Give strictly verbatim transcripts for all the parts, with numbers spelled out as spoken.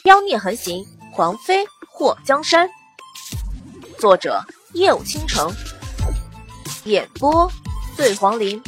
妖孽横行，皇妃祸江山。作者：夜舞倾城，演播：醉黄林。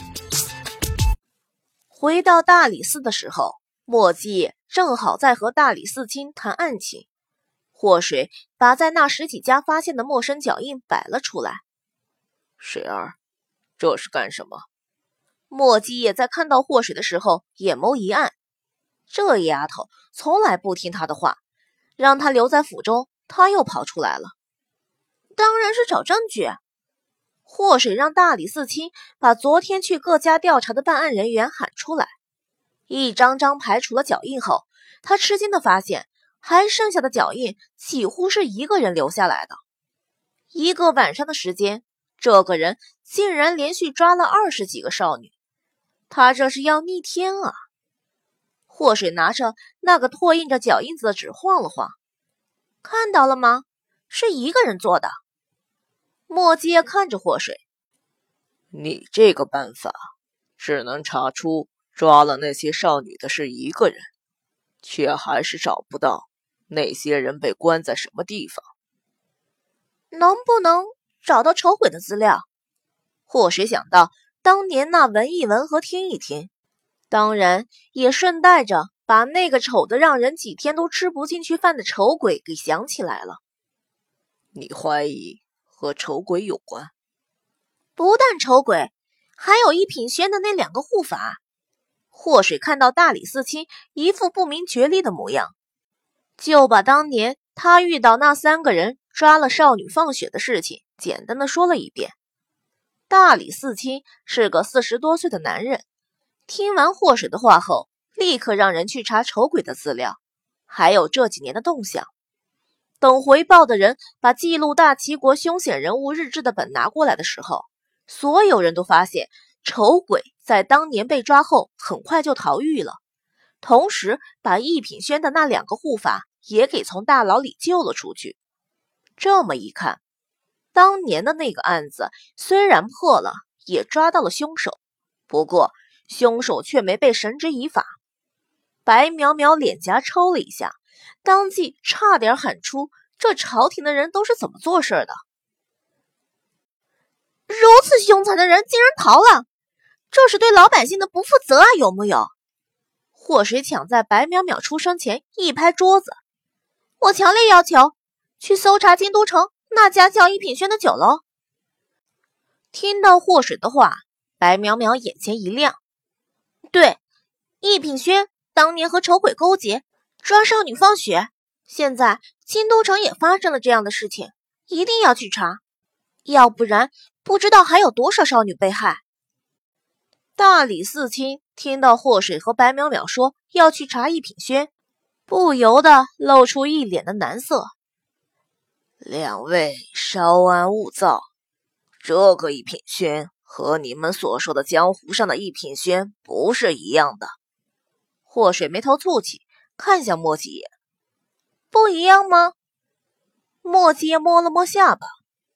回到大理寺的时候，墨迹正好在和大理寺卿谈案情。祸水把在那十几家发现的陌生脚印摆了出来。 水儿，这是干什么？ 墨迹也在看到祸水的时候眼眸一暗。这丫头从来不听他的话，让他留在府中，他又跑出来了。当然是找证据。祸水让大理寺卿把昨天去各家调查的办案人员喊出来，一张张排除了脚印后，他吃惊地发现还剩下的脚印几乎是一个人留下来的。一个晚上的时间，这个人竟然连续抓了二十几个少女，他这是要逆天啊！祸水拿着那个拓印着脚印子的纸晃了晃，看到了吗？是一个人做的。墨迹也看着祸水， 你这个办法只能查出抓了那些少女的是一个人，却还是找不到那些人被关在什么地方。 能不能找到丑鬼的资料？祸水想到当年那闻一闻和听一听，当然也顺带着把那个丑的让人几天都吃不进去饭的丑鬼给想起来了。 你怀疑和丑鬼有关？ 不但丑鬼，还有一品轩的那两个护法。祸水看到大理寺卿一副不明觉厉的模样，就把当年他遇到那三个人抓了少女放血的事情简单的说了一遍。大理寺卿是个四十多岁的男人，听完祸水的话后，立刻让人去查丑鬼的资料，还有这几年的动向。等回报的人把记录大齐国凶险人物日志的本拿过来的时候，所有人都发现丑鬼在当年被抓后很快就逃狱了，同时把一品轩的那两个护法也给从大牢里救了出去。这么一看，当年的那个案子虽然破了，也抓到了凶手，不过凶手却没被绳之以法。白苗苗脸颊抽了一下，当即差点喊出这朝廷的人都是怎么做事的。如此凶残的人竟然逃了，这是对老百姓的不负责啊，有木有？祸水抢在白淼淼出生前一拍桌子，我强烈要求去搜查京都城那家叫一品轩的酒楼。听到祸水的话，白淼淼眼前一亮。对，一品轩当年和丑鬼勾结，抓少女放血，现在京都城也发生了这样的事情，一定要去查，要不然不知道还有多少少女被害。大理寺卿听到祸水和白淼淼说要去查一品轩，不由得露出一脸的难色。 两位稍安勿躁，这个一品轩和你们所说的江湖上的一品轩不是一样的。 祸水眉头蹙起，看向墨迹爷。不一样吗？墨迹爷摸了摸下巴。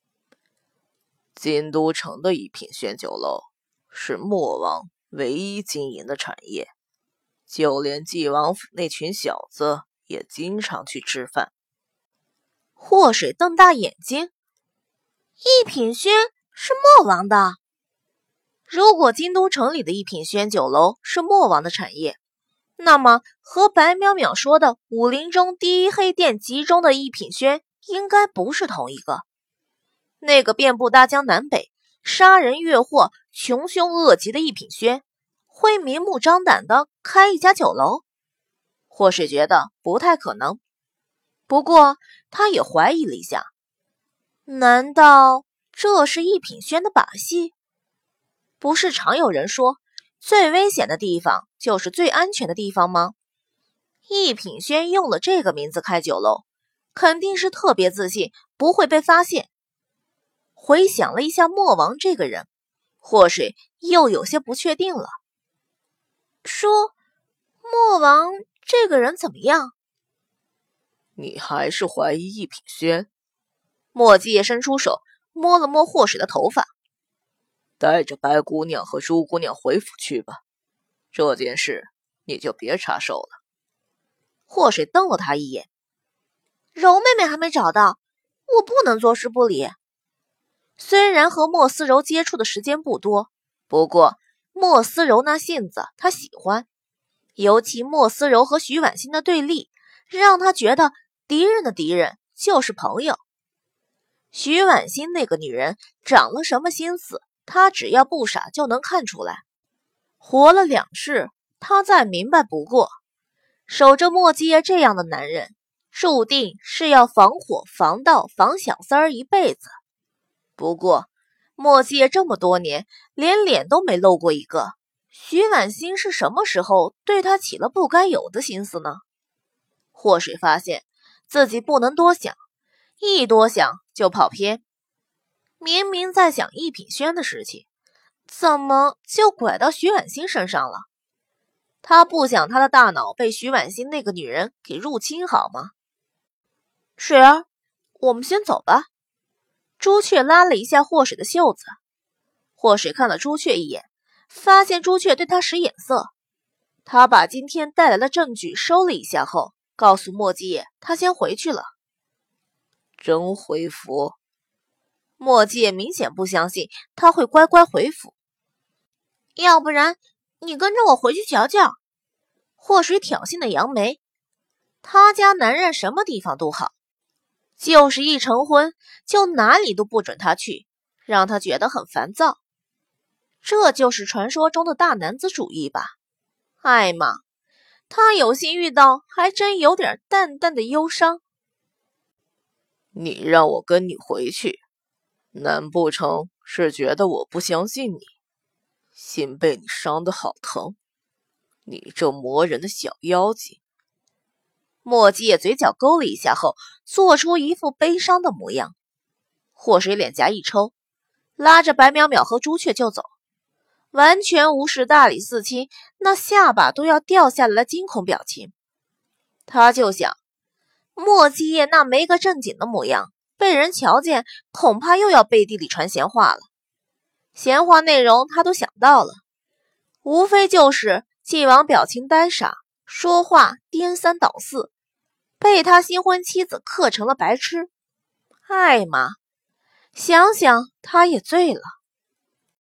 京都城的一品轩酒楼是墨王唯一经营的产业，就连纪王府那群小子也经常去吃饭。 祸水瞪大眼睛，一品轩是墨王的？如果京都城里的一品轩酒楼是墨王的产业，那么和白淼淼说的武林中第一黑店集中的一品轩应该不是同一个。那个遍布大江南北、杀人越货、穷凶恶极的一品轩，会明目张胆的开一家酒楼？或是觉得不太可能。不过他也怀疑了一下，难道这是一品轩的把戏？不是常有人说最危险的地方就是最安全的地方吗？一品轩用了这个名字开酒楼，肯定是特别自信不会被发现。回想了一下墨王这个人，祸水又有些不确定了。说墨王这个人怎么样？ 你还是怀疑一品轩？ 墨迹也伸出手摸了摸祸水的头发。 带着白姑娘和朱姑娘回府去吧，这件事你就别插手了。 祸水瞪了他一眼。柔妹妹还没找到，我不能坐视不理。虽然和莫思柔接触的时间不多，不过莫思柔那性子他喜欢，尤其莫思柔和徐婉欣的对立，让他觉得敌人的敌人就是朋友。徐婉欣那个女人长了什么心思，他只要不傻就能看出来。活了两世，他再明白不过，守着莫继业这样的男人，注定是要防火防盗防小三儿一辈子。不过莫继业这么多年连脸都没露过一个，徐婉欣是什么时候对他起了不该有的心思呢？祸水发现自己不能多想，一多想就跑偏。明明在想一品轩的事情，怎么就拐到徐婉欣身上了？他不想他的大脑被徐婉欣那个女人给入侵好吗？水儿，我们先走吧。朱雀拉了一下祸水的袖子，祸水看了朱雀一眼，发现朱雀对他使眼色。他把今天带来的证据收了一下后，告诉莫继业他先回去了。 真回府？ 莫继业明显不相信他会乖乖回府。要不然你跟着我回去瞧瞧。祸水挑衅的扬眉，他家男人什么地方都好，就是一成婚就哪里都不准他去，让他觉得很烦躁。这就是传说中的大男子主义吧？艾玛，他有幸遇到还真有点淡淡的忧伤。 你让我跟你回去，难不成是觉得我不相信你？心被你伤得好疼，你这磨人的小妖精。 莫继业嘴角勾了一下后，做出一副悲伤的模样。祸水脸颊一抽，拉着白淼淼和朱雀就走，完全无视大理寺卿那下巴都要掉下来的惊恐表情。他就想，莫继业那没个正经的模样，被人瞧见，恐怕又要背地里传闲话了。闲话内容他都想到了，无非就是晋王表情呆傻，说话颠三倒四，被他新婚妻子刻成了白痴。艾玛，想想他也醉了。